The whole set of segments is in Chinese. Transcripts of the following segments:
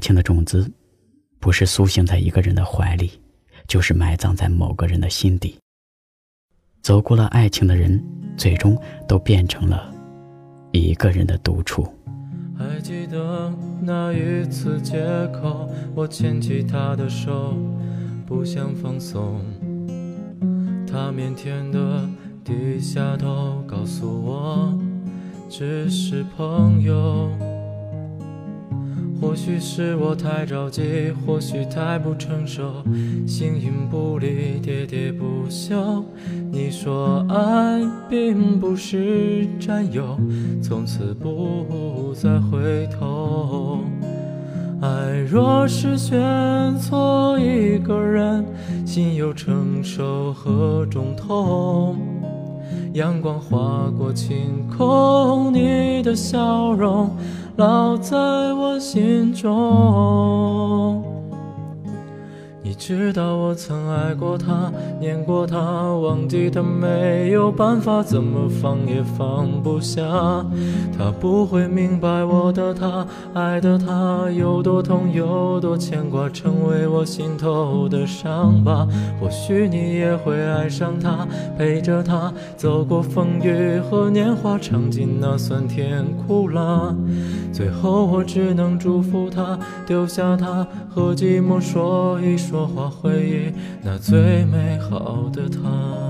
情的种子，不是苏醒在一个人的怀里，就是埋葬在某个人的心底。走过了爱情的人，最终都变成了一个人的独处。 还记得那一次街口，我牵起她的手，不想放松。她腼腆地低下头，告诉我只是朋友。或许是我太着急，或许太不成熟，形影不离，喋喋不休。你说爱并不是占有，从此不再回头。爱若是选错一个人，心有承受何种痛。阳光划过晴空，你的笑容烙在我心中。你知道我曾爱过他，念过他，忘记他没有办法，怎么放也放不下。他不会明白我的他，爱的他有多痛有多牵挂，成为我心头的伤疤。或许你也会爱上他，陪着他走过风雨和年华，尝尽那酸甜苦辣。最后我只能祝福他，丢下他和寂寞说一说话，回忆那最美好的他。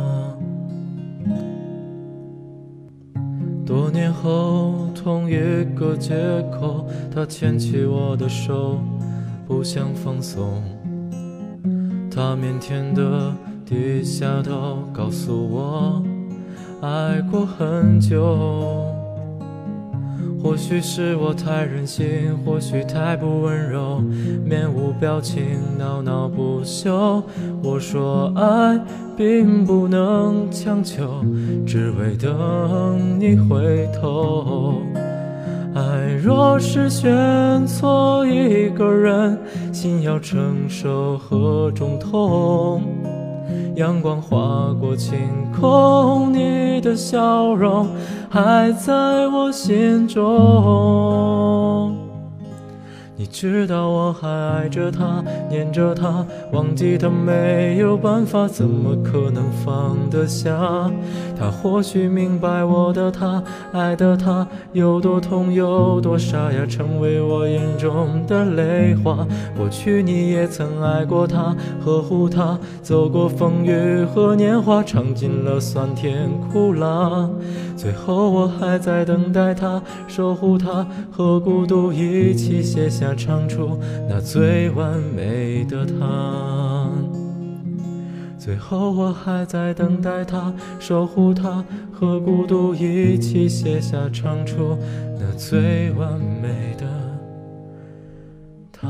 多年后同一个街口，他牵起我的手，不想放松。他腼腆地低下头，告诉我爱过很久。或许是我太任性，或许太不温柔，面无表情，闹闹不休。我说爱并不能强求，只为等你回头。爱若是选错一个人，心要承受何种痛。阳光划过晴空，你的笑容还在我心中。你知道我还爱着他，念着他，忘记他没有办法，怎么可能放得下。他或许明白我的他，爱的他有多痛有多傻呀，成为我眼中的泪花。过去你也曾爱过他，呵护他，走过风雨和年华，尝尽了酸甜苦辣。最后我还在等待他，守护他，和孤独一起写下唱出那最完美的他。最后我还在等待他，守护他，和孤独一起写下唱出那最完美的他。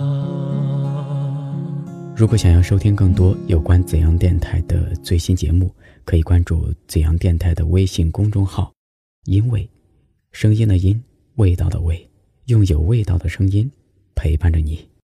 如果想要收听更多有关怎样电台的最新节目，可以关注怎样电台的微信公众号，因为声音的音，味道的味，用有味道的声音陪伴着你。